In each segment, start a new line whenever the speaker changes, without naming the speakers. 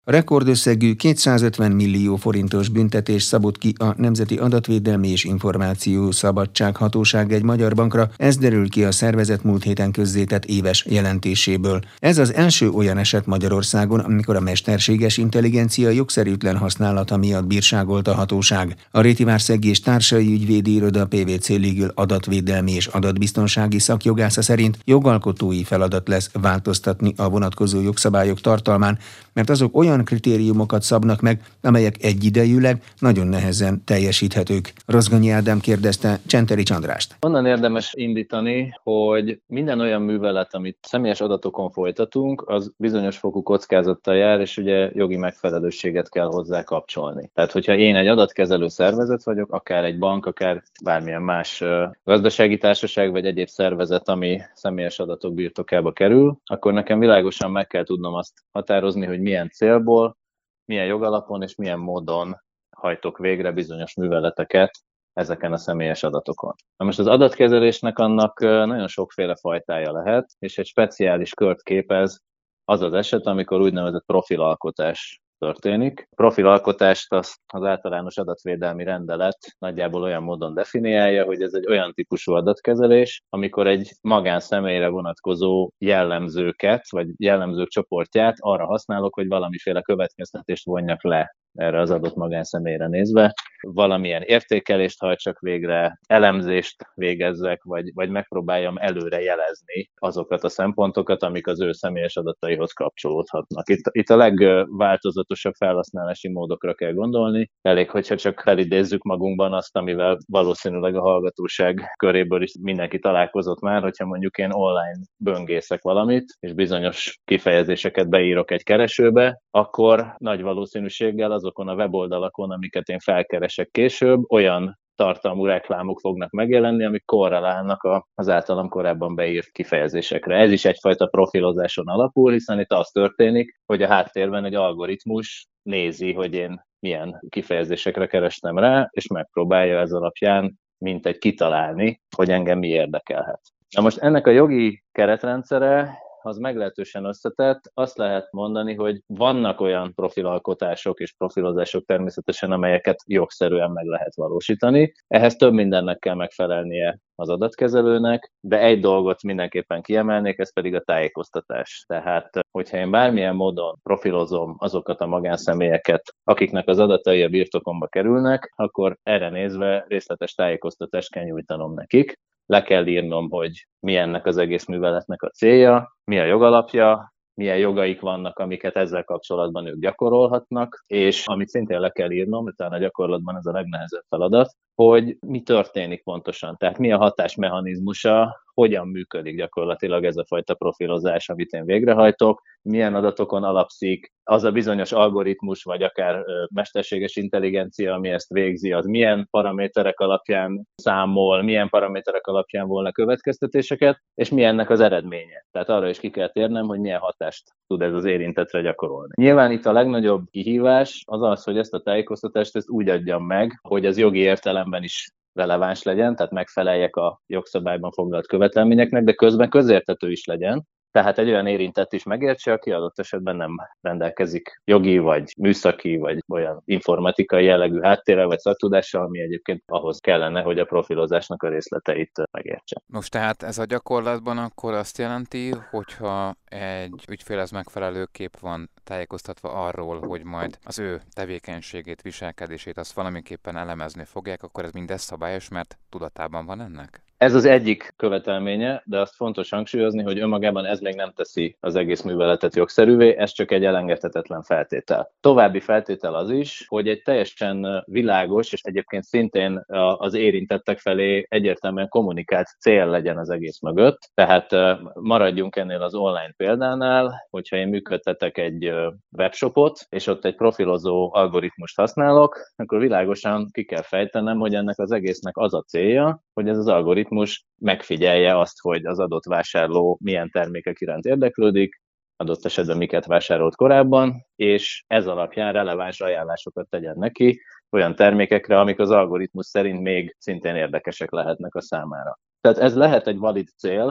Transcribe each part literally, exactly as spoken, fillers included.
A rekordösszegű kétszázötven millió forintos büntetés szabott ki a Nemzeti Adatvédelmi és Információszabadság Hatóság egy magyar bankra, ez derül ki a szervezet múlt héten közzétett éves jelentéséből. Ez az első olyan eset Magyarországon, amikor a mesterséges intelligencia jogszerűtlen használata miatt bírságolt a hatóság. A Rétivárszegi és Társai Ügyvédi Iroda pé vé cé Legal adatvédelmi és adatbiztonsági szakjogásza szerint jogalkotói feladat lesz változtatni a vonatkozó jogszabályok tartalmán, mert azok olyan kritériumokat szabnak meg, amelyek egyidejűleg nagyon nehezen teljesíthetők. Rozgonyi Ádám kérdezte Csenterics Andrást.
Onnan érdemes indítani, hogy minden olyan művelet, amit személyes adatokon folytatunk, az bizonyos fokú kockázattal jár, és ugye jogi megfelelősséget kell hozzá kapcsolni. Tehát, hogyha én egy adatkezelő szervezet vagyok, akár egy bank, akár bármilyen más gazdasági társaság, vagy egyéb szervezet, ami személyes adatok birtokába kerül, akkor nekem világosan meg kell tudnom azt határozni, hogy milyen célból, milyen jogalapon és milyen módon hajtok végre bizonyos műveleteket ezeken a személyes adatokon. Na most az adatkezelésnek annak nagyon sokféle fajtája lehet, és egy speciális kört képez az az eset, amikor úgynevezett profilalkotás történik. A profilalkotást az, az általános adatvédelmi rendelet nagyjából olyan módon definiálja, hogy ez egy olyan típusú adatkezelés, amikor egy magánszemélyre vonatkozó jellemzőket, vagy jellemzők csoportját arra használok, hogy valamiféle következtetést vonjak le erre az adott magánszemélyre nézve, valamilyen értékelést hajtsak végre, elemzést végezzek, vagy, vagy megpróbáljam előre jelezni azokat a szempontokat, amik az ő személyes adataihoz kapcsolódhatnak. Itt, itt a legváltozatosabb felhasználási módokra kell gondolni. Elég, hogyha csak felidézzük magunkban azt, amivel valószínűleg a hallgatóság köréből is mindenki találkozott már, hogyha mondjuk én online böngészek valamit, és bizonyos kifejezéseket beírok egy keresőbe, akkor nagy valószínűséggel azokon a weboldalakon, amiket én felkeresek később, olyan tartalmú reklámok fognak megjelenni, amik korrelálnak az általam korábban beírt kifejezésekre. Ez is egyfajta profilozáson alapul, hiszen itt az történik, hogy a háttérben egy algoritmus nézi, hogy én milyen kifejezésekre kerestem rá, és megpróbálja ez alapján mintegy kitalálni, hogy engem mi érdekelhet. Na most ennek a jogi keretrendszere az meglehetősen összetett. Azt lehet mondani, hogy vannak olyan profilalkotások és profilozások természetesen, amelyeket jogszerűen meg lehet valósítani. Ehhez több mindennek kell megfelelnie az adatkezelőnek, de egy dolgot mindenképpen kiemelnék, ez pedig a tájékoztatás. Tehát, hogyha én bármilyen módon profilozom azokat a magánszemélyeket, akiknek az adatai a birtokomba kerülnek, akkor erre nézve részletes tájékoztatást kell nyújtanom nekik. Le kell írnom, hogy mi ennek az egész műveletnek a célja, mi a jogalapja, milyen jogaik vannak, amiket ezzel kapcsolatban ők gyakorolhatnak, és amit szintén le kell írnom, utána a gyakorlatban ez a legnehezebb feladat, hogy mi történik pontosan, tehát mi a hatásmechanizmusa, hogyan működik gyakorlatilag ez a fajta profilozás, amit én végrehajtok, milyen adatokon alapszik, az a bizonyos algoritmus, vagy akár mesterséges intelligencia, ami ezt végzi, az milyen paraméterek alapján számol, milyen paraméterek alapján volna következtetéseket, és mi ennek az eredménye. Tehát arra is ki kell térnem, hogy milyen hatást tud ez az érintettre gyakorolni. Nyilván itt a legnagyobb kihívás az az, hogy ezt a tájékoztatást ezt úgy adjam meg, hogy az jogi értelemben is releváns legyen, tehát megfeleljek a jogszabályban foglalt követelményeknek, de közben közérthető is legyen, tehát egy olyan érintett is megértse, aki adott esetben nem rendelkezik jogi, vagy műszaki, vagy olyan informatikai jellegű háttérrel, vagy szaktudással, ami egyébként ahhoz kellene, hogy a profilozásnak a részleteit megértse.
Most tehát ez a gyakorlatban akkor azt jelenti, hogyha egy ügyfélhez megfelelőképp van tájékoztatva arról, hogy majd az ő tevékenységét, viselkedését azt valamiképpen elemezni fogják, akkor ez mindez szabályos, mert tudatában van ennek?
Ez az egyik követelménye, de azt fontos hangsúlyozni, hogy önmagában ez még nem teszi az egész műveletet jogszerűvé, ez csak egy elengedhetetlen feltétel. További feltétel az is, hogy egy teljesen világos, és egyébként szintén az érintettek felé egyértelműen kommunikált cél legyen az egész mögött. Tehát maradjunk ennél az online példánál, hogyha én működtetek egy webshopot, és ott egy profilozó algoritmust használok, akkor világosan ki kell fejtenem, hogy ennek az egésznek az a célja, hogy ez az algoritmus megfigyelje azt, hogy az adott vásárló milyen termékek iránt érdeklődik, adott esetben miket vásárolt korábban, és ez alapján releváns ajánlásokat tegyen neki olyan termékekre, amik az algoritmus szerint még szintén érdekesek lehetnek a számára. Tehát ez lehet egy valid cél,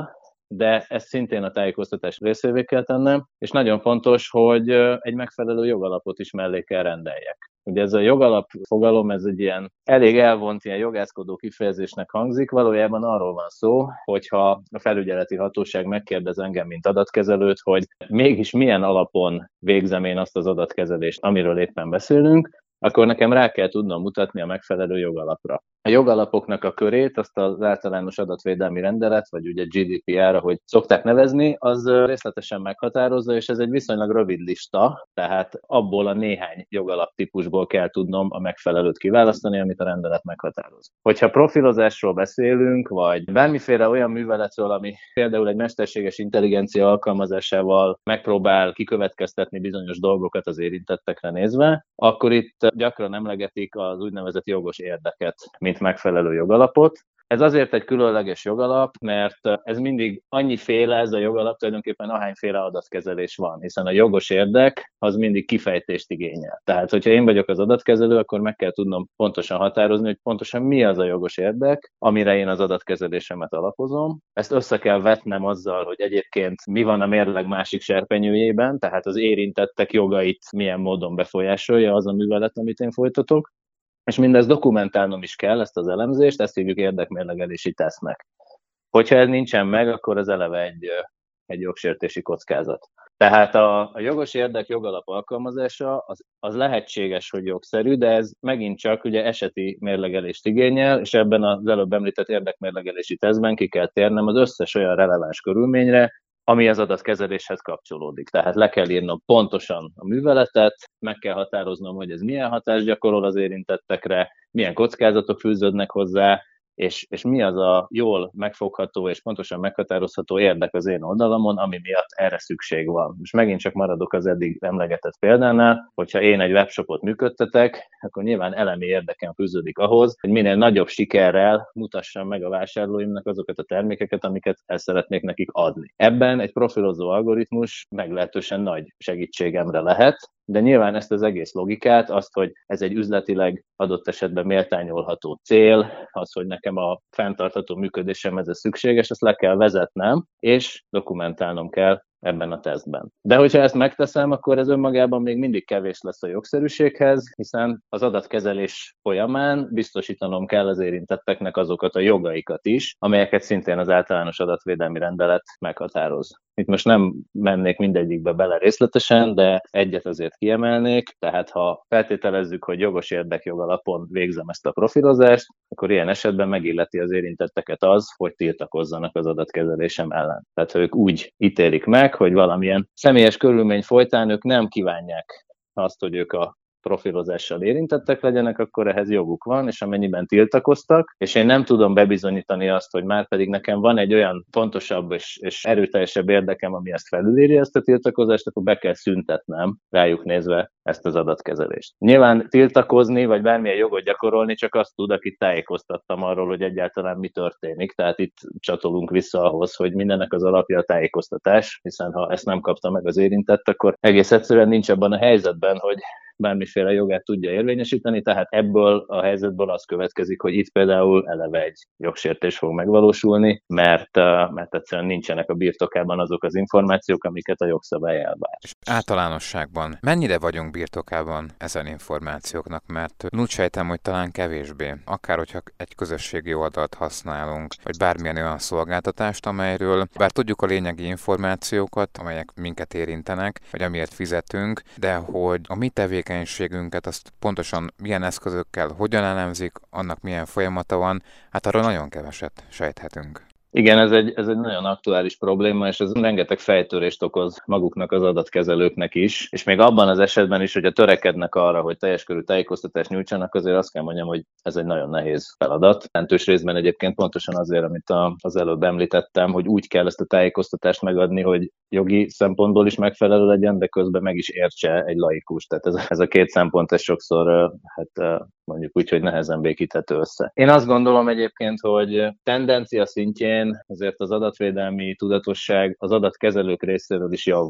de ezt szintén a tájékoztatás részévé kell tennem, és nagyon fontos, hogy egy megfelelő jogalapot is mellé kell rendeljek. Ugye ez a jogalap fogalom, ez egy ilyen elég elvont, ilyen jogászkodó kifejezésnek hangzik, valójában arról van szó, hogyha a felügyeleti hatóság megkérdez engem, mint adatkezelőt, hogy mégis milyen alapon végzem én azt az adatkezelést, amiről éppen beszélünk, akkor nekem rá kell tudnom mutatni a megfelelő jogalapra. A jogalapoknak a körét, azt az általános adatvédelmi rendelet, vagy ugye gé dé pé er, ahogy szokták nevezni, az részletesen meghatározza, és ez egy viszonylag rövid lista, tehát abból a néhány jogalaptípusból kell tudnom a megfelelőt kiválasztani, amit a rendelet meghatároz. Hogyha profilozásról beszélünk, vagy bármiféle olyan műveletről, ami például egy mesterséges intelligencia alkalmazásával megpróbál kikövetkeztetni bizonyos dolgokat az érintettekre nézve, akkor itt gyakran emlegetik az úgynevezett jogos érdeket, mint megfelelő jogalapot. Ez azért egy különleges jogalap, mert ez mindig annyiféle, ez a jogalap tulajdonképpen ahányféle adatkezelés van, hiszen a jogos érdek az mindig kifejtést igényel. Tehát, hogyha én vagyok az adatkezelő, akkor meg kell tudnom pontosan határozni, hogy pontosan mi az a jogos érdek, amire én az adatkezelésemet alapozom. Ezt össze kell vetnem azzal, hogy egyébként mi van a mérleg másik serpenyőjében, tehát az érintettek jogait milyen módon befolyásolja az a művelet, amit én folytatok. És mindezt dokumentálnom is kell, ezt az elemzést, ezt hívjuk érdekmérlegelési tesztnek. Hogyha ez nincsen meg, akkor az eleve egy, egy jogsértési kockázat. Tehát a, a jogos érdek jogalap alkalmazása az, az lehetséges, hogy jogszerű, de ez megint csak ugye eseti mérlegelést igényel, és ebben az előbb említett érdekmérlegelési tesztben ki kell térnem az összes olyan releváns körülményre, ami az adatkezeléshez kapcsolódik. Tehát le kell írnom pontosan a műveletet, meg kell határoznom, hogy ez milyen hatást gyakorol az érintettekre, milyen kockázatok fűződnek hozzá, és, és mi az a jól megfogható és pontosan meghatározható érdek az én oldalamon, ami miatt erre szükség van. És megint csak maradok az eddig emlegetett példánál, hogyha én egy webshopot működtetek, akkor nyilván elemi érdekem fűződik ahhoz, hogy minél nagyobb sikerrel mutassam meg a vásárlóimnak azokat a termékeket, amiket el szeretnék nekik adni. Ebben egy profilozó algoritmus meglehetősen nagy segítségemre lehet, de nyilván ezt az egész logikát, azt, hogy ez egy üzletileg adott esetben méltányolható cél, az, hogy nekem a fenntartható működésemhez ez szükséges, ezt le kell vezetnem, és dokumentálnom kell ebben a tesztben. De hogyha ezt megteszem, akkor ez önmagában még mindig kevés lesz a jogszerűséghez, hiszen az adatkezelés folyamán biztosítanom kell az érintetteknek azokat a jogaikat is, amelyeket szintén az általános adatvédelmi rendelet meghatároz. Itt most nem mennék mindegyikbe bele részletesen, de egyet azért kiemelnék, tehát ha feltételezzük, hogy jogos érdek jogalapon végzem ezt a profilozást, akkor ilyen esetben megilleti az érintetteket az, hogy tiltakozzanak az adatkezelésem ellen. Tehát ha ők úgy ítélik meg, hogy valamilyen személyes körülmény folytán ők nem kívánják azt, hogy ők a profilozással érintettek legyenek, akkor ehhez joguk van, és amennyiben tiltakoztak, és én nem tudom bebizonyítani azt, hogy már pedig nekem van egy olyan fontosabb és, és erőteljesebb érdekem, ami ezt felülírja, ezt a tiltakozást, akkor be kell szüntetnem rájuk nézve ezt az adatkezelést. Nyilván tiltakozni, vagy bármilyen jogot gyakorolni csak azt tud, akit tájékoztattam arról, hogy egyáltalán mi történik, tehát itt csatolunk vissza ahhoz, hogy mindennek az alapja a tájékoztatás, hiszen ha ezt nem kapta meg az érintett, akkor egész egyszerűen nincs abban a helyzetben, hogy bármiféle jogát tudja érvényesíteni, tehát ebből a helyzetből az következik, hogy itt például eleve egy jogsértés fog megvalósulni, mert, mert egyszerűen nincsenek a birtokában azok az információk, amiket a jogszabály elvár.
És általánosságban mennyire vagyunk birtokában ezen információknak, mert úgy sejtem, hogy talán kevésbé. Akár hogyha egy közösségi oldalt használunk, vagy bármilyen olyan szolgáltatást, amelyről bár tudjuk a lényegi információkat, amelyek minket érintenek, vagy amiért fizetünk, de hogy a mi tevékenységünket azt pontosan milyen eszközökkel, hogyan elemzik, annak milyen folyamata van, hát arról nagyon keveset sejthetünk.
Igen, ez egy, ez egy nagyon aktuális probléma, és ez rengeteg fejtörést okoz maguknak az adatkezelőknek is, és még abban az esetben is, hogy a törekednek arra, hogy teljes körű tájékoztatást nyújtsanak, azért azt kell mondjam, hogy ez egy nagyon nehéz feladat. Jelentős részben egyébként pontosan azért, amit a, az előbb említettem, hogy úgy kell ezt a tájékoztatást megadni, hogy jogi szempontból is megfelelő legyen, de közben meg is értse egy laikus. Tehát ez, ez a két szempont ez sokszor hát mondjuk úgy, hogy nehezen békíthető össze. Én azt gondolom egyébként, hogy tendencia szintjén azért az adatvédelmi tudatosság az adatkezelők részéről is javul,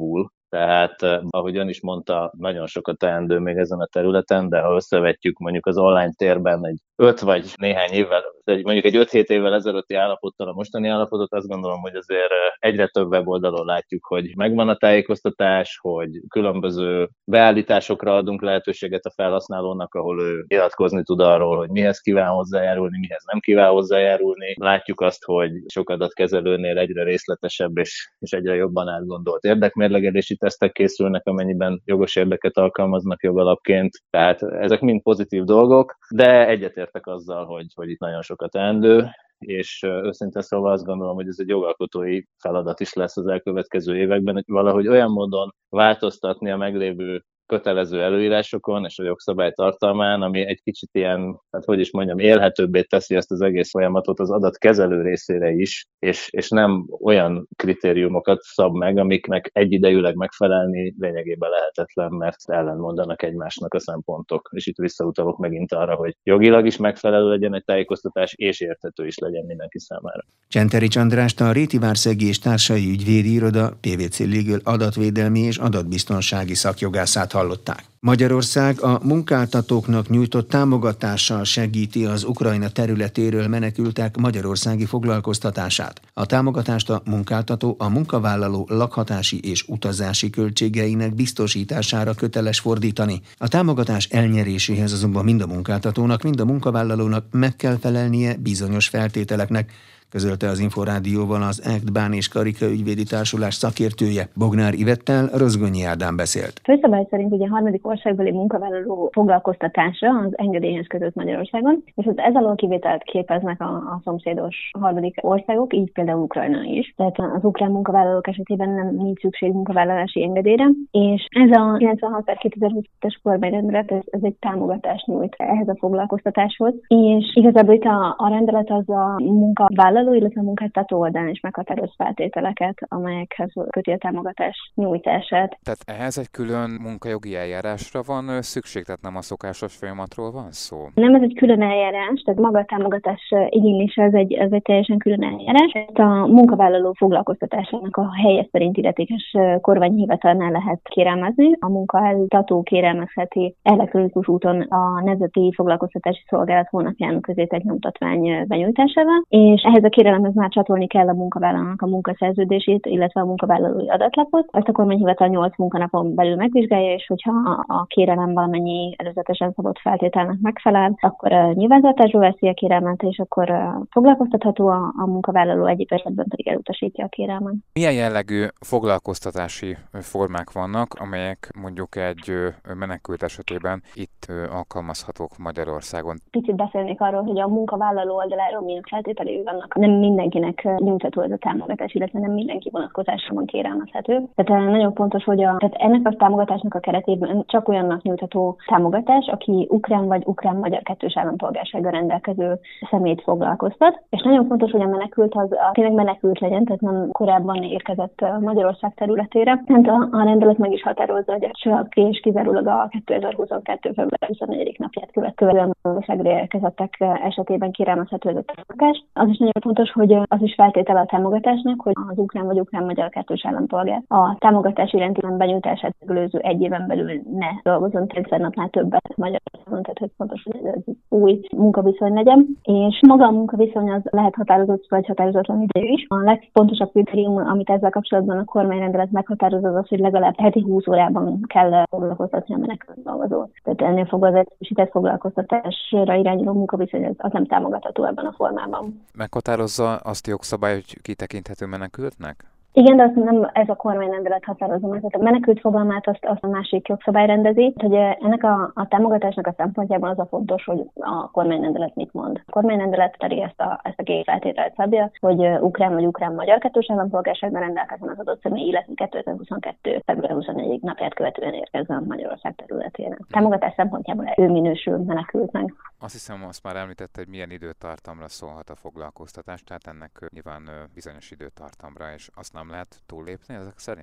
Tehát, ahogy ön is mondta, nagyon sokat teendő még ezen a területen, de ha összevetjük mondjuk az online térben egy öt vagy néhány évvel, mondjuk egy öt-hét évvel ezelőtti állapottal a mostani állapotot, azt gondolom, hogy azért egyre több weboldalon látjuk, hogy megvan a tájékoztatás, hogy különböző beállításokra adunk lehetőséget a felhasználónak, ahol ő iratkozni tud arról, hogy mihez kíván hozzájárulni, mihez nem kíván hozzájárulni. Látjuk azt, hogy sok adatkezelőnél egyre részletesebb és, és egyre jobban átgondolt érdekmérlegelési tesztek készülnek, amennyiben jogos érdeket alkalmaznak jogalapként. Tehát ezek mind pozitív dolgok, de egyetértek azzal, hogy, hogy itt nagyon sokat teendő, és őszintén szóval azt gondolom, hogy ez egy jogalkotói feladat is lesz az elkövetkező években, hogy valahogy olyan módon változtatni a meglévő kötelező előírásokon és a jogszabály tartalmán, ami egy kicsit ilyen, hát hogy is mondjam, élhetőbbé teszi ezt az egész folyamatot az adatkezelő részére is, és, és nem olyan kritériumokat szab meg, amiknek egyidejűleg megfelelni lényegében lehetetlen, mert ellentmondanak egymásnak a szempontok. És itt visszautalok megint arra, hogy jogilag is megfelelő legyen egy tájékoztatás, és érthető is legyen mindenki számára.
Csenterics Andrást, a Réti-Várszegi és Társai Ügyvédi Iroda pé vé cé Legal adatvédelmi és adatbiztonsági szakjogászát hallották. Magyarország a munkáltatóknak nyújtott támogatással segíti az Ukrajna területéről menekültek magyarországi foglalkoztatását. A támogatást a munkáltató a munkavállaló lakhatási és utazási költségeinek biztosítására köteles fordítani. A támogatás elnyeréséhez azonban mind a munkáltatónak, mind a munkavállalónak meg kell felelnie bizonyos feltételeknek, közölte az Inforádióval az Act Bán és Karika ügyvédi társulás szakértője. Bognár Ivettel Rozgonyi Ádám beszélt.
Főszabály szerint ugye a harmadik országbeli munkavállaló foglalkoztatása az engedélyhez kötött Magyarországon, és ez alól kivételt képeznek a, a szomszédos harmadik országok, így például Ukrajna is. Tehát az ukrán munkavállalók esetében nem nincs szükség munkavállalási engedélyre, és ez a kilencvenhat per kétezer-huszas kormányrendelet, ez, ez egy támogatást nyújt ehhez a foglalkoztatáshoz, és igazából itt a, a rendelet az a munkavállaló, illetve a munkáltató oldalán is meghatároz feltételeket, amelyekhez köti a támogatás nyújtását.
Tehát ehhez egy külön munkajogi eljárásra van szükség, tehát nem a szokásos folyamatról van szó?
Nem, ez egy külön eljárás, tehát maga a támogatás igénylése ez egy, ez egy teljesen külön eljárás. Ezt a munkavállaló foglalkoztatásának a helye szerint illetékes kormányhivatalnál lehet kérelmezni. A munkáltató kérelmezheti elektronikus úton a Nemzeti Foglalkoztatási Szolgálat honlapján közé tett nyomtatvány benyújtásával, és ehhez a kérelemhez már csatolni kell a munkavállalónak a munkaszerződését, illetve a munkavállalói adatlapot. Ezt a kormányhivatal nyolc munkanapon belül megvizsgálja, és hogyha a kérelem valamennyi előzetesen szabott feltételnek megfelel, akkor nyilvántartásba veszi a kérelmet, és akkor foglalkoztatható a, a munkavállaló, egyéb esetben pedig elutasítja a kérelmet.
Milyen jellegű foglalkoztatási formák vannak, amelyek mondjuk egy menekült esetében itt alkalmazhatók Magyarországon?
Picit beszélnék arról, hogy a munkavállaló oldaláról milyen feltételei vannak. Nem mindenkinek nyújtható ez a támogatás, illetve nem mindenki vonatkozásában kérelmezhető. Tehát nagyon fontos, hogy a, tehát ennek a támogatásnak a keretében csak olyannak nyújtható támogatás, aki ukrán vagy ukrán-magyar kettős állampolgársággal rendelkező személyt foglalkoztat. És nagyon fontos, hogy a menekült az a, tényleg menekült legyen, tehát nem korábban érkezett Magyarország területére. Hát a, a rendelet meg is határozza, hogy csak és kizárólag a kétezer-huszonkettő február huszonnegyedik napját követően Magyarországra érkezettek esetében kérelmezhető ez a támogatás. Az is nagyon fontos, hogy az is feltétele a támogatásnak, hogy az ukrán vagy ukrán-magyar kettős állampolgár a támogatás iránti benyújtását megelőző egy éven belül ne dolgozzon kétszer napnál többet Magyarországon, tehát hogy fontos, hogy ez egy új munkaviszony legyen. És maga a munkaviszony az lehet határozott vagy határozatlan idejű is. A legfontosabb kritérium, amit ezzel kapcsolatban a kormányrendelet meghatároz, az az, hogy legalább heti húsz órában kell foglalkoztatni a menekült dolgozót. Tehát ennél fogva az egyszerűsített foglalkoztatásra irányuló munkaviszony az, az nem támogatható ebben a formában.
Meghatározza azt a jogszabály, hogy kitekinthető menekültnek?
Igen, de azt nem ez a kormányrendelet határozza meg. Tehát a menekült fogalmát azt, azt a másik jogszabály rendezi. Hogy ennek a, a támogatásnak a szempontjában az a fontos, hogy a kormányrendelet mit mond. A kormányrendelet pedig ezt a, ezt a két feltételt szabja, hogy ukrán vagy ukrán-magyar kettős állampolgárságban rendelkezzen az adott személy, illetve kétezer-huszonkettő február huszonnegyedik napját követően érkezzen Magyarország területére. A támogatás szempontjából ő minősül menekültnek.
Azt hiszem, azt már említette, hogy milyen időtartamra szólhat a foglalkoztatás, tehát ennek nyilván bizonyos időtartamra, és azt nem lehet túllépni ezek szerint?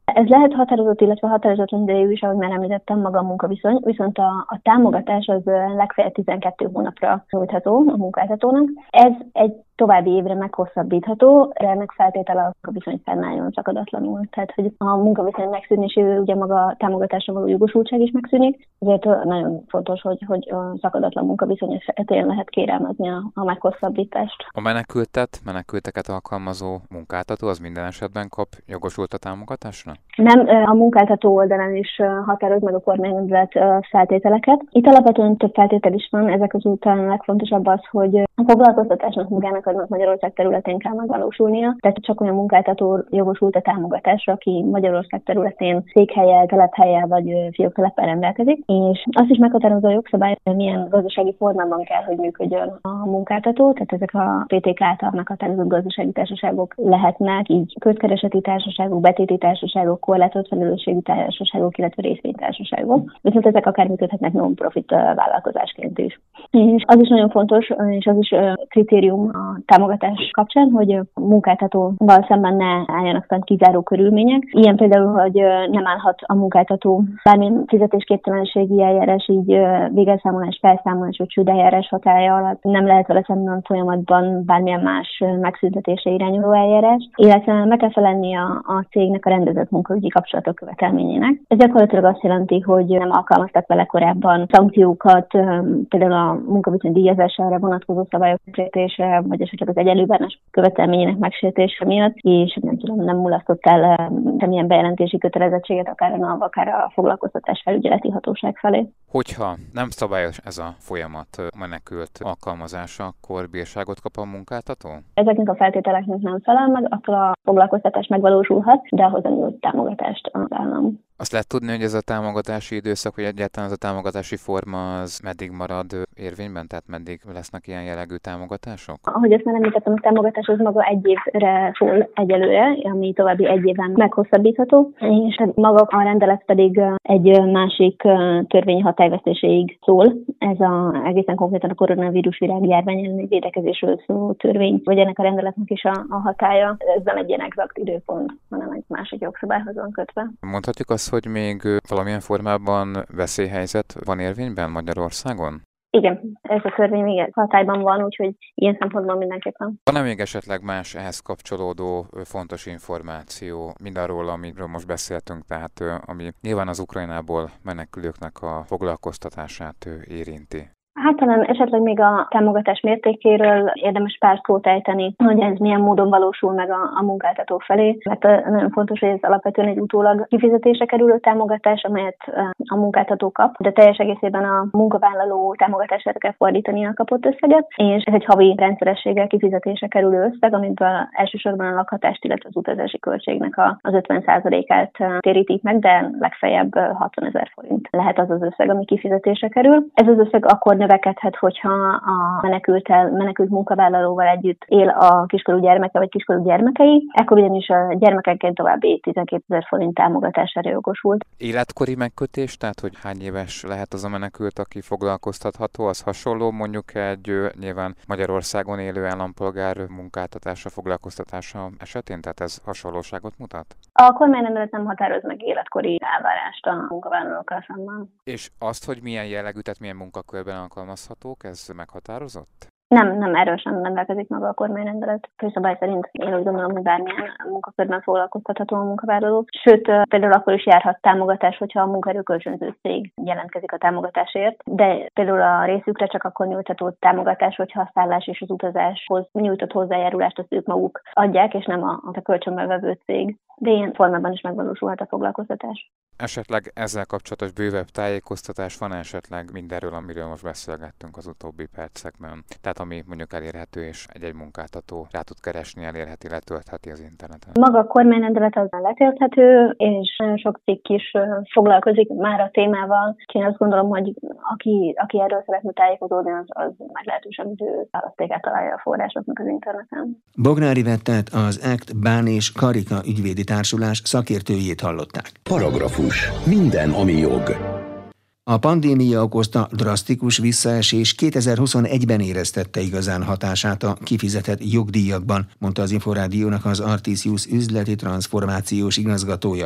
Ez lehet határozott, illetve határozatlan idejű is, ahogy már említettem, maga a munkaviszony, viszont a, a támogatás az legfeljebb tizenkét hónapra nyújtható a munkáltatónak. Ez egy további évre meghosszabbítható, ennek feltétele a munkaviszony fennálljon szakadatlanul. Tehát, hogy a munkaviszony megszűnésével ugye maga a támogatásra való jogosultság is megszűnik, ezért nagyon fontos, hogy, hogy a szakadatlan munkaviszony esetén lehet kérelmezni a, a meghosszabbítást.
A menekültet, menekülteket alkalmazó munkáltató az minden esetben kap jogosult a támogatásra?
Nem, a munkáltató oldalán is határoz meg a kormányrendelet feltételeket. Itt alapvetően több feltétel is van, ezek közül talán a legfontosabb az, hogy a foglalkoztatásnak munkának aznak Magyarország területén kell megvalósulnia, tehát csak olyan munkáltató jogosult a támogatásra, aki Magyarország területén székhellyel, telephellyel vagy fiókteleppel rendelkezik, és azt is meghatározza a jogszabály, hogy milyen gazdasági formában kell, hogy működjön a munkáltató, tehát ezek a pé té ká által meghatározott gazdasági társaságok lehetnek, így közkereseti társaságok, betéti társaságok, korlátozott felelősségű társaságok, illetve részvénytársaságok, viszont ezek akár működhetnek non-profit vállalkozásként is. És az is nagyon fontos, és az is kritérium a támogatás kapcsán, hogy a munkáltatóval szemben ne álljanak fent kizáró körülmények. Ilyen például, hogy nem állhat a munkáltató bármilyen fizetésképtelenségi eljárás, így végelszámolás, felszámolás vagy csődeljárás hatálya alatt, nem lehet vele szemben folyamatban bármilyen más megszüntetésre irányuló eljárás, illetve meg kell felelni a, a cégnek a rendezett munkaügyi kapcsolatok követelményének. Ez gyakorlatilag azt jelenti, hogy nem alkalmaztak vele korábban szankciókat, például a munkaviszony díjazására vonatkozó szabályok sértésre, vagy esetleg az egyenlőbánás követelményének megsértése miatt, és nem tudom, nem mulasztott el semmilyen bejelentési kötelezettséget, akár a NAV, akár a foglalkoztatás felügyeleti hatóság felé.
Hogyha nem szabályos ez a folyamat menekült alkalmazása, akkor bírságot kap a munkáltató?
Ezeknek a feltételeknek nem felel meg, attól a foglalkoztatás megvalósulhat, de ahhoz a nyújt támogatást az állam.
Azt lehet tudni, hogy ez a támogatási időszak, vagy egyáltalán ez a támogatási forma az meddig marad érvényben, tehát meddig lesznek ilyen jellegű támogatások?
Ahogy ezt már említettem, a támogatás az maga egy évre szól egyelőre, ami további egy éven meghosszabbítható, és maga a rendelet pedig egy másik törvényi hatályvesztéséig szól. Ez a, egészen konkrétan a koronavírus virágjárvány elleni védekezésről szóló törvény, vagy ennek a rendeletnek is a, a hatálya. Ez nem egy ilyen exakt időpont, hanem egy másik jogszabályhoz van kötve.
Mondhatjuk azt, hogy még valamilyen formában veszélyhelyzet van érvényben Magyarországon?
Igen, ez a törvény még hatályban van, úgyhogy ilyen szempontból mindenképpen.
Van-e még esetleg más ehhez kapcsolódó fontos információ, mindarról, amiről most beszéltünk, tehát ami nyilván az Ukrajnából menekülőknek a foglalkoztatását érinti?
Hát talán esetleg még a támogatás mértékéről érdemes pár szót ejteni, hogy ez milyen módon valósul meg a, a munkáltató felé. Mert nagyon fontos, hogy ez alapvetően egy utólag kifizetésre kerülő támogatás, amelyet a munkáltató kap, de teljes egészében a munkavállaló támogatására kell fordítani a kapott összeget, és ez egy havi rendszerességgel kifizetésre kerülő összeg, amiből elsősorban a lakhatást, illetve az utazási költségnek a, az ötven százalékát térítik meg, de legfeljebb hatvanezer forint lehet az az összeg, ami kifizetésre kerül. Ez az összeg akkor növekedhet, hogyha a menekültel, menekült munkavállalóval együtt él a kiskorú gyermeke vagy kiskorú gyermekei, ekkor ugyanis a gyermekekként további tizenkétezer forint támogatására jogosult.
Életkori megkötés, tehát hogy hány éves lehet az a menekült, aki foglalkoztatható, az hasonló mondjuk egy nyilván Magyarországon élő állampolgár munkáltatása, foglalkoztatása esetén, tehát ez hasonlóságot mutat?
A kormányrendelet nem határoz meg életkori elvárást a munkavállalókkal szemben.
És azt, hogy milyen jellegű, tehát milyen munkakörben alkalmazhatók, ez meghatározott?
Nem, nem erről sem rendelkezik maga a kormányrendelet. Főszabály szerint én úgy gondolom, hogy bármilyen munkakörben foglalkoztatható a munkavállaló. Sőt, például akkor is járhat támogatás, hogyha a munkaerőkölcsönző cég jelentkezik a támogatásért, de például a részükre csak akkor nyújtható támogatás, hogyha a szállás és az utazáshoz nyújtott hozzájárulást azt ők maguk adják, és nem a, a kölcsönbe vevő cég. De ilyen formában is megvalósulhat a foglalkoztatás.
Esetleg ezzel kapcsolatos bővebb tájékoztatás van esetleg mindenről, amiről most beszélgettünk az utóbbi percekben? Tehát ami mondjuk elérhető, és egy-egy munkáltató rá tud keresni, elérheti, letöltheti az interneten.
Maga a kormányrendelet az letölthető, és nagyon sok cikk is foglalkozik már a témával. Én azt gondolom, hogy aki, aki erről szeretne tájékozódni, az, az meglehetősen idő választékát találja a forrásoknak az interneten.
Bognári Vettet, az á cé té Bán és Karika ügyvédi társulás szakértőjét hallották.
Paragrafus. Minden, ami jog.
A pandémia okozta drasztikus visszaesés kétezer-huszonegyben éreztette igazán hatását a kifizetett jogdíjakban, mondta az Inforádiónak az Artisius üzleti transformációs igazgatója.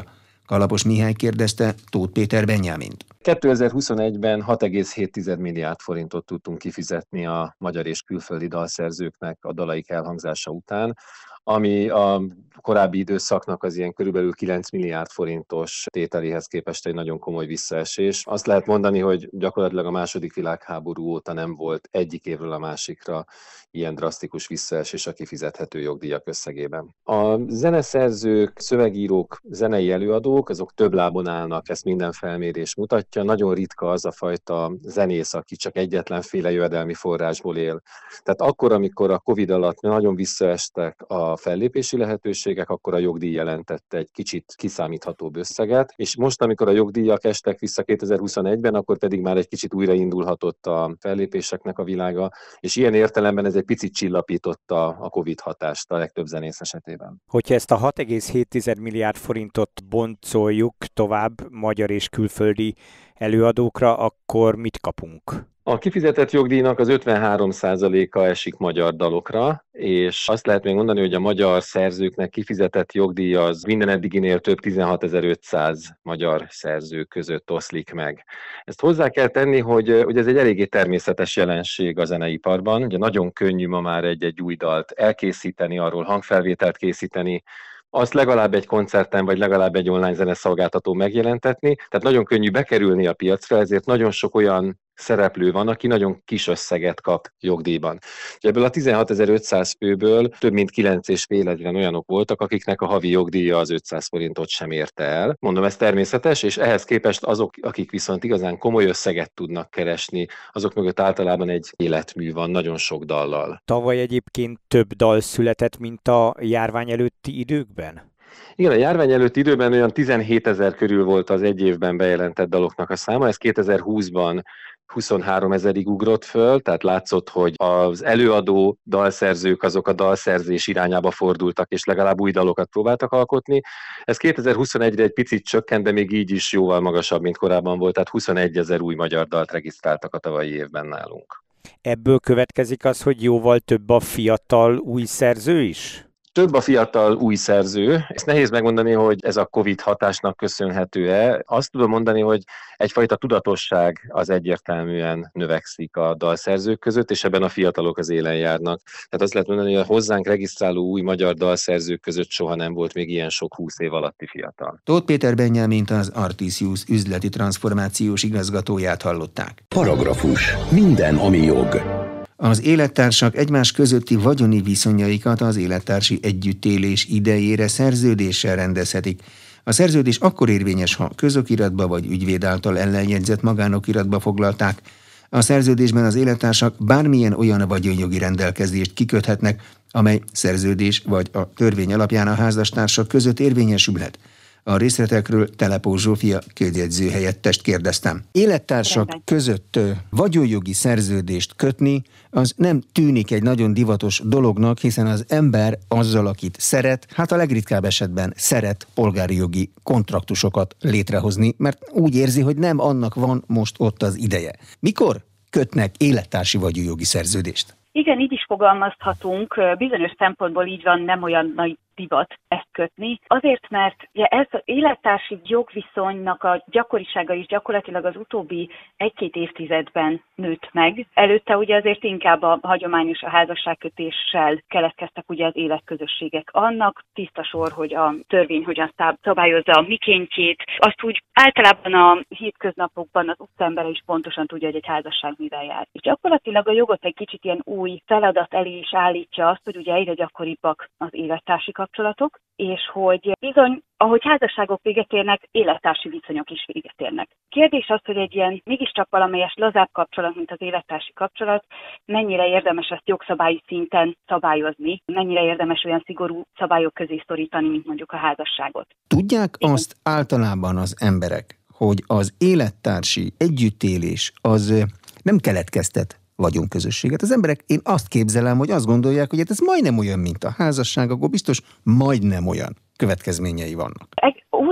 Kalapos Mihály kérdezte Tóth Péter Benyámint.
kétezer-huszonegyben hat egész hét milliárd forintot tudtunk kifizetni a magyar és külföldi dalszerzőknek a dalaik elhangzása után, ami a korábbi időszaknak az ilyen körülbelül kilenc milliárd forintos tételéhez képest egy nagyon komoly visszaesés. Azt lehet mondani, hogy gyakorlatilag a második világháború óta nem volt egyik évről a másikra ilyen drasztikus visszaesés a kifizethető jogdíjak összegében. A zeneszerzők, szövegírók, zenei előadók, azok több lábon állnak, ezt minden felmérés mutatja. Nagyon ritka az a fajta zenész, aki csak egyetlenféle jövedelmi forrásból él. Tehát akkor, amikor a Covid alatt nagyon visszaestek a fellépési lehetőségek, akkor a jogdíj jelentette egy kicsit kiszámíthatóbb összeget, és most, amikor a jogdíjak estek vissza kétezer-huszonegyben, akkor pedig már egy kicsit újraindulhatott a fellépéseknek a világa, és ilyen értelemben ez egy picit csillapította a Covid hatást a legtöbb zenész esetében.
Hogyha ezt a hat egész hét milliárd forintot boncoljuk tovább magyar és külföldi előadókra, akkor mit kapunk?
A kifizetett jogdíjnak az ötvenhárom százaléka esik magyar dalokra, és azt lehet még mondani, hogy a magyar szerzőknek kifizetett jogdíj az minden eddiginél több tizenhatezer-ötszáz magyar szerző között oszlik meg. Ezt hozzá kell tenni, hogy, hogy ez egy eléggé természetes jelenség a zeneiparban. Ugye nagyon könnyű ma már egy-egy új dalt elkészíteni, arról hangfelvételt készíteni, azt legalább egy koncerten, vagy legalább egy online zeneszolgáltató megjelentetni, tehát nagyon könnyű bekerülni a piacra, ezért nagyon sok olyan szereplő van, aki nagyon kis összeget kap jogdíjban. Ebből a tizenhatezer-ötszáz főből több mint kilenc és fél ezren olyanok voltak, akiknek a havi jogdíja az ötszáz forintot sem érte el. Mondom, ez természetes, és ehhez képest azok, akik viszont igazán komoly összeget tudnak keresni, azok mögött általában egy életmű van, nagyon sok dallal.
Tavaly egyébként több dal született, mint a járvány előtti időkben?
Igen, a járvány előtti időben olyan tizenhétezer körül volt az egy évben bejelentett daloknak a száma, ez kétezer-húszban huszonhárom ezerig ugrott föl, tehát látszott, hogy az előadó dalszerzők azok a dalszerzés irányába fordultak, és legalább új dalokat próbáltak alkotni. Ez kétezer-huszonegyre egy picit csökkent, de még így is jóval magasabb, mint korábban volt, tehát huszonegyezer új magyar dalt regisztráltak a tavalyi évben nálunk.
Ebből következik az, hogy jóval több a fiatal új szerző is?
Több a fiatal új szerző. Ezt nehéz megmondani, hogy ez a Covid hatásnak köszönhető-e. Azt tudom mondani, hogy egyfajta tudatosság az egyértelműen növekszik a dalszerzők között, és ebben a fiatalok az élen járnak. Tehát azt lehet mondani, hogy a hozzánk regisztráló új magyar dalszerzők között soha nem volt még ilyen sok húsz év alatti fiatal.
Tóth Péter Benyámint, az Artisius üzleti transformációs igazgatóját hallották.
Paragrafus. Minden, ami jog.
Az élettársak egymás közötti vagyoni viszonyaikat az élettársi együttélés idejére szerződéssel rendezhetik. A szerződés akkor érvényes, ha közokiratba vagy ügyvéd által ellenjegyzett magánokiratba foglalták. A szerződésben az élettársak bármilyen olyan vagyonjogi rendelkezést kiköthetnek, amely szerződés vagy a törvény alapján a házastársak között érvényesülhet. A részletekről Telepó Zsófia közjegyző helyettest kérdeztem. Élettársak között vagyonjogi szerződést kötni, az nem tűnik egy nagyon divatos dolognak, hiszen az ember azzal, akit szeret, hát a legritkább esetben szeret polgári jogi kontraktusokat létrehozni, mert úgy érzi, hogy nem annak van most ott az ideje. Mikor kötnek élettársi vagyonjogi szerződést?
Igen, így is fogalmazhatunk, bizonyos szempontból így van, nem olyan nagy divat ezt kötni. Azért, mert ugye ez az élettársi jogviszonynak a gyakorisága is gyakorlatilag az utóbbi egy-két évtizedben nőtt meg. Előtte ugye azért inkább a hagyományos a házasságkötéssel keletkeztek ugye az életközösségek. Annak tiszta sor, hogy a törvény hogyan szabályozza a mikéntjét. Azt úgy általában a hétköznapokban az utcaembere is pontosan tudja, hogy egy házasság mivel jár. És gyakorlatilag a jogot egy kicsit ilyen új feladat elé is állítja azt, hogy ugye egyre gyakoribbak az élettársi kapcsolatok, és hogy bizony, ahogy házasságok véget érnek, élettársi viszonyok is véget érnek. Kérdés az, hogy egy ilyen mégiscsak valamelyes lazább kapcsolat, mint az élettársi kapcsolat, mennyire érdemes ezt jogszabályi szinten szabályozni, mennyire érdemes olyan szigorú szabályok közé szorítani, mint mondjuk a házasságot.
Tudják azt általában az emberek, hogy az élettársi együttélés az nem keletkeztet vagyonközösséget. Az emberek, én azt képzelem, hogy azt gondolják, hogy hát ez majdnem olyan, mint a házasság, akkor biztos majdnem olyan következményei vannak.
Úgy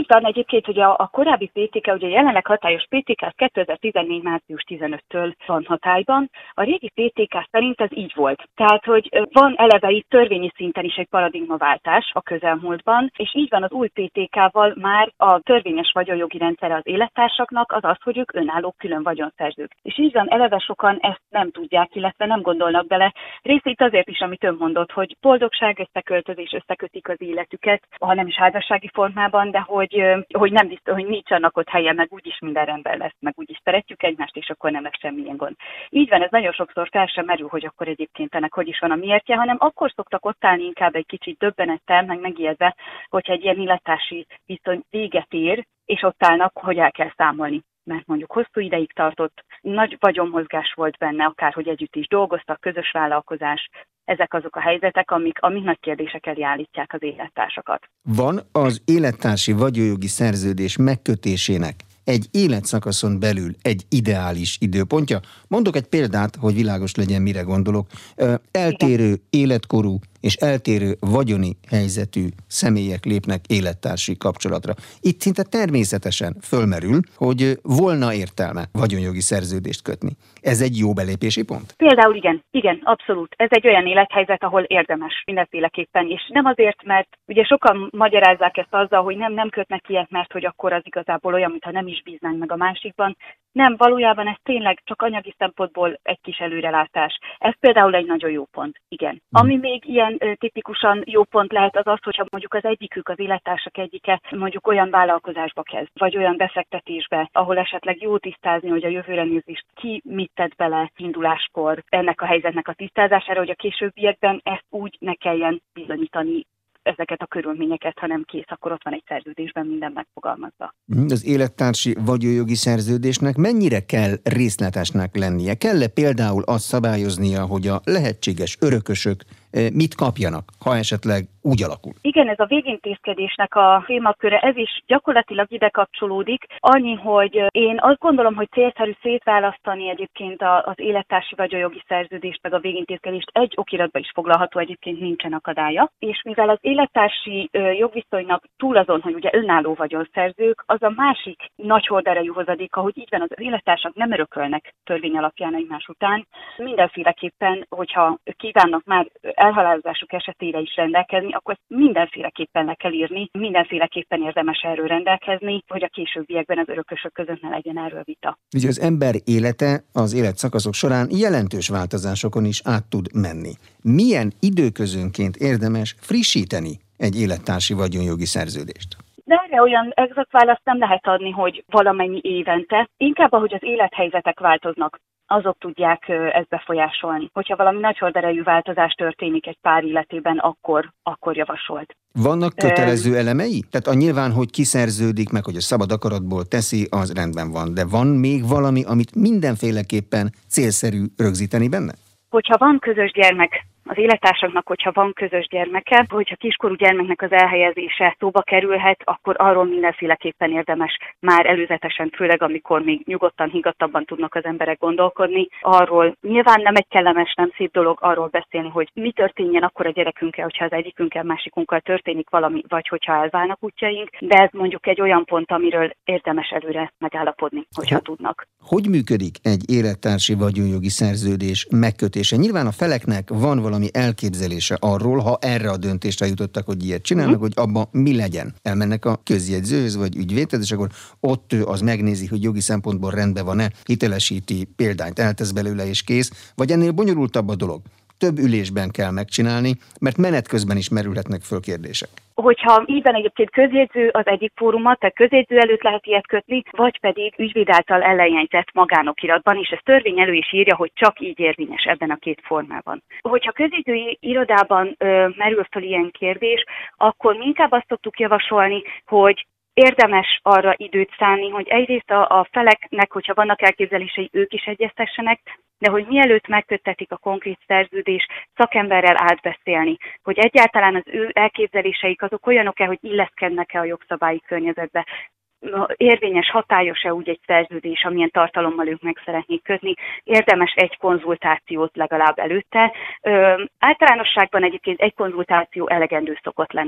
van egyébként, hogy a, a korábbi pé té ká, ugye jelenleg hatályos pé té ká kétezer-tizennégy. március tizenötödikétől van hatályban. A régi pé té ká szerint ez így volt. Tehát, hogy van eleve itt törvényi szinten is egy paradigmaváltás a közelmúltban, és így van az új pé té ká-val már a törvényes vagyonjogi rendszere az élettársaknak az az, hogy ők önálló külön vagyonszerzők. És így van, eleve sokan ezt nem tudják, illetve nem gondolnak bele. Részét azért is, amit ön mondott, hogy boldogság, összeköltözés, összekötik az életüket, ha nem is házassági formában, de hogy, hogy nem biztos, hogy nincs annak ott helye, meg úgyis minden rendben lesz, meg úgyis szeretjük egymást, és akkor nem lesz semmilyen gond. Így van, ez nagyon sokszor fel sem merül, hogy akkor egyébként ennek hogy is van a miértje, hanem akkor szoktak ott állni inkább egy kicsit döbbenettel, meg megijedve, hogyha egy ilyen illetási viszony véget ér, és ott állnak, hogy el kell számolni. Mert mondjuk hosszú ideig tartott, nagy vagyonmozgás volt benne, akárhogy együtt is dolgoztak, közös vállalkozás. Ezek azok a helyzetek, amik, amik nagy kérdések elé állítják az élettársakat.
Van az élettársi vagyonjogi szerződés megkötésének egy életszakaszon belül egy ideális időpontja? Mondok egy példát, hogy világos legyen, mire gondolok. Eltérő Igen. életkorú és eltérő vagyoni helyzetű személyek lépnek élettársi kapcsolatra. Itt szinte természetesen fölmerül, hogy volna értelme vagyonjogi szerződést kötni. Ez egy jó belépési pont?
Például igen, igen, abszolút. Ez egy olyan élethelyzet, ahol érdemes mindenféleképpen, és nem azért, mert ugye sokan magyarázzák ezt azzal, hogy nem, nem kötnek ilyet, mert hogy akkor az igazából olyan, mintha nem is bíznánk meg a másikban. Nem, valójában ez tényleg csak anyagi szempontból egy kis előrelátás. Ez például egy nagyon jó pont, igen. Ami még ilyen ö, tipikusan jó pont lehet az az, hogyha mondjuk az egyikük, az élettársak egyike mondjuk olyan vállalkozásba kezd, vagy olyan befektetésbe, ahol esetleg jó tisztázni, hogy a jövőre nézést ki mit tett bele induláskor ennek a helyzetnek a tisztázására, hogy a későbbiekben ezt úgy ne kelljen bizonyítani ezeket a körülményeket, hanem kész, akkor ott van egy szerződésben minden megfogalmazva.
Az élettársi vagyonjogi szerződésnek mennyire kell részletesnek lennie? Kell-e például azt szabályoznia, hogy a lehetséges örökösök mit kapjanak, ha esetleg úgy alakul?
Igen, ez a végintézkedésnek a témaköre, ez is gyakorlatilag ide kapcsolódik. Annyi, hogy én azt gondolom, hogy célszerű szétválasztani egyébként az élettársi vagyonjogi szerződést, meg a végintézkedést egy okiratba is foglalható, egyébként nincsen akadálya. És mivel az élettársi jogviszonynak túl azon, hogy ugye önálló vagyonszerzők, az a másik nagy horderejű hozadéka, hogy így van, az élettársak nem örökölnek törvény alapján egymás után. Mindenféleképpen, hogyha kívánnak már elhalálozásuk esetére is rendelkezni, akkor mindenféleképpen le kell írni, mindenféleképpen érdemes erről rendelkezni, hogy a későbbiekben az örökösök között ne legyen erről vita.
Ugye az ember élete az életszakaszok során jelentős változásokon is át tud menni. Milyen időközönként érdemes frissíteni egy élettársi vagyonjogi szerződést?
De erre olyan exakt választ nem lehet adni, hogy valamennyi évente, inkább ahogy az élethelyzetek változnak, azok tudják ezt befolyásolni. Hogyha valami nagy horderejű változás történik egy pár életében, akkor, akkor javasolt.
Vannak kötelező elemei? Tehát a nyilván, hogy kiszerződik meg, hogy a szabad akaratból teszi, az rendben van. De van még valami, amit mindenféleképpen célszerű rögzíteni benne?
Hogyha van közös gyermek, az élettársaknak, hogyha van közös gyermeke, hogyha kiskorú gyermeknek az elhelyezése szóba kerülhet, akkor arról mindenféleképpen érdemes már előzetesen, főleg amikor még nyugodtan, higgadtabban tudnak az emberek gondolkodni. Arról nyilván nem egy kellemes, nem szép dolog arról beszélni, hogy mi történjen akkor a gyerekünkkel, hogyha az egyikünkkel, másikunkkal történik valami, vagy hogyha elválnak útjaink, de ez mondjuk egy olyan pont, amiről érdemes előre megállapodni, hogyha
hogy,
tudnak.
Hogy működik egy élettársi vagyonjogi szerződés megkötése? Nyilván a feleknek van valami elképzelése arról, ha erre a döntésre jutottak, hogy ilyet csinálnak, mm. hogy abban mi legyen. Elmennek a közjegyzőhöz vagy ügyvédhez, és akkor ott ő az megnézi, hogy jogi szempontból rendben van-e, hitelesíti, példányt eltesz belőle és kész, vagy ennél bonyolultabb a dolog. Több ülésben kell megcsinálni, mert menet közben is merülhetnek föl kérdések.
Hogyha ígyben egyébként közjegyző az egyik fórumot, tehát közjegyző előtt lehet ilyet kötni, vagy pedig ügyvéd által ellenjegyzett magánokiratban, és ez törvény elő is írja, hogy csak így érvényes ebben a két formában. Hogyha közjegyzői irodában ö, merül fel ilyen kérdés, akkor mi inkább azt szoktuk javasolni, hogy érdemes arra időt szánni, hogy egyrészt a, a feleknek, hogyha vannak elképzelései, ők is egyeztessenek, de hogy mielőtt megköttetik a konkrét szerződés, szakemberrel átbeszélni, hogy egyáltalán az ő elképzeléseik azok olyanok-e, hogy illeszkednek-e a jogszabályi környezetbe, érvényes, hatályos-e úgy egy szerződés, amilyen tartalommal ők meg szeretnék kötni, érdemes egy konzultációt legalább előtte. Ö, általánosságban egyébként egy konzultáció elegendő szokott lenni.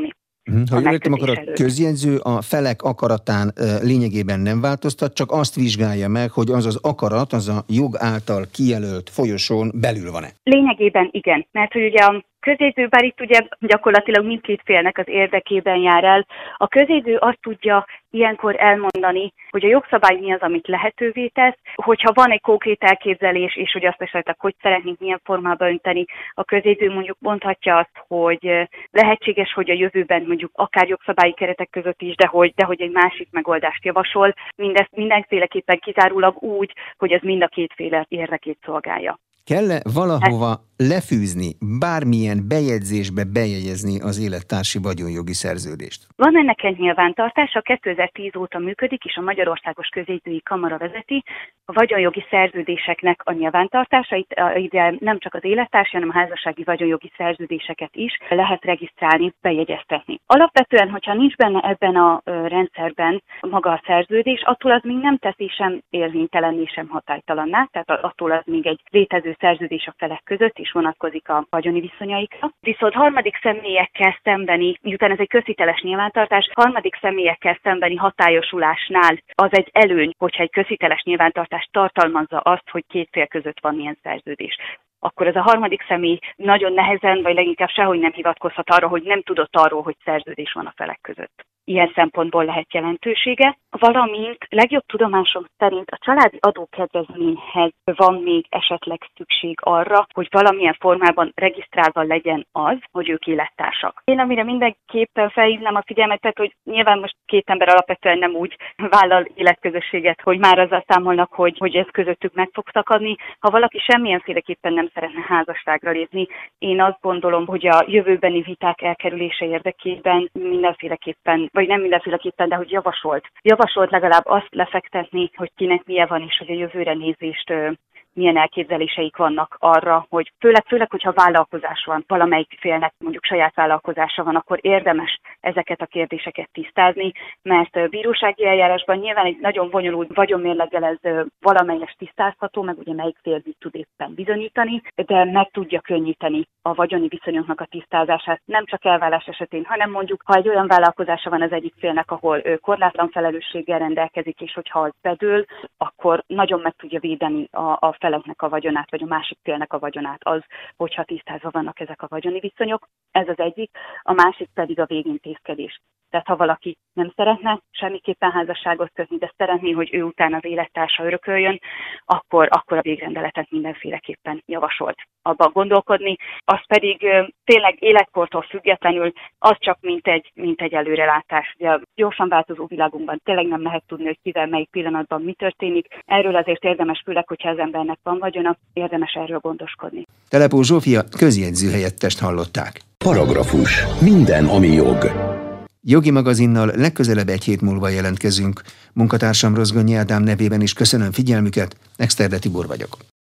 Ha jól értem, akkor a közjegyző a felek akaratán lényegében nem változtat, csak azt vizsgálja meg, hogy az az akarat, az a jog által kijelölt folyosón belül van-e.
Lényegében igen, mert hogy ugye a közjegyző, bár itt ugye gyakorlatilag mindkét félnek az érdekében jár el, a közjegyző azt tudja ilyenkor elmondani, hogy a jogszabály mi az, amit lehetővé tesz, hogyha van egy konkrét elképzelés, és hogy azt esetleg hogy szeretnénk milyen formába önteni, a közjegyző mondjuk mondhatja azt, hogy lehetséges, hogy a jövőben mondjuk akár jogszabályi keretek között is, de hogy, de hogy egy másik megoldást javasol, mindezt mindenféleképpen kizárólag úgy, hogy ez mind a két fél érdekét szolgálja.
Kell-e valahova lefűzni, bármilyen bejegyzésbe bejegyezni az élettársi vagyonjogi szerződést?
Van ennek egy nyilvántartása, kétezer-tíz óta működik, és a Magyarországos Közjegyzői Kamara vezeti a vagyonjogi szerződéseknek a nyilvántartásait, ide nem csak az élettársi, hanem a házassági vagyonjogi szerződéseket is lehet regisztrálni, bejegyeztetni. Alapvetően, hogyha nincs benne ebben a rendszerben maga a szerződés, attól az még nem teszi sem érvénytelenné, sem hatálytalanná, tehát attól az még egy létező szerződés a felek között is vonatkozik a vagyoni viszonyaikra. Viszont harmadik személyekkel szembeni, miután ez egy közhiteles nyilvántartás, harmadik személyekkel szembeni hatályosulásnál az egy előny, hogyha egy közhiteles nyilvántartás tartalmazza azt, hogy két fél között van ilyen szerződés. Akkor ez a harmadik személy nagyon nehezen, vagy leginkább sehogy nem hivatkozhat arra, hogy nem tudott arról, hogy szerződés van a felek között. Ilyen szempontból lehet jelentősége, valamint legjobb tudomásom szerint a családi adókedvezményhez van még esetleg szükség arra, hogy valamilyen formában regisztrálva legyen az, hogy ők élettársak. Én amire mindenképpen felhívnám a figyelmet, tehát, hogy nyilván most két ember alapvetően nem úgy vállal életközösséget, hogy már azzal számolnak, hogy, hogy ez közöttük meg fog szakadni. Ha valaki semmilyenféleképpen nem szeretne házasságra lépni, én azt gondolom, hogy a jövőbeni viták elkerülése érdekében mindenféleképpen, vagy nem mindenféleképpen, de hogy javasolt. Javasolt legalább azt lefektetni, hogy kinek milyen van, és hogy a jövőre nézést milyen elképzeléseik vannak arra, hogy főleg, főleg, hogyha vállalkozás van, valamelyik félnek mondjuk saját vállalkozása van, akkor érdemes ezeket a kérdéseket tisztázni, mert bírósági eljárásban nyilván egy nagyon bonyolult vagyonmérleggel ez valamelyes tisztázható, meg ugye melyik fél mit tud éppen bizonyítani, de meg tudja könnyíteni a vagyoni viszonyoknak a tisztázását, nem csak elvállás esetén, hanem mondjuk, ha egy olyan vállalkozása van az egyik félnek, ahol korlátlan felelősséggel rendelkezik, és hogyha az bedől, akkor nagyon meg tudja védeni a, a feleknek a vagyonát, vagy a másik félnek a vagyonát az, hogyha tisztázva vannak ezek a vagyoni viszonyok. Ez az egyik, a másik pedig a végintézkedés. Tehát ha valaki nem szeretne semmiképpen házasságot kötni, de szeretné, hogy ő után az élettársa örököljön, akkor, akkor a végrendeletet mindenféleképpen javasolt abban gondolkodni. Az pedig tényleg életkortól függetlenül az csak mint egy, mint egy előrelátás. Ugye a gyorsan változó világunkban tényleg nem lehet tudni, hogy kivel melyik pillanatban mi történik. Erről azért érdemes, főleg, hogyha az embernek van vagyona, érdemes erről gondoskodni.
Telepó Zsófia közjegyző helyettest hallották.
Paragrafus. Minden, ami jog.
Jogi magazinnal legközelebb egy hét múlva jelentkezünk. Munkatársam Rozgonyi Ádám nevében is köszönöm figyelmüket, Exterde Tibor vagyok.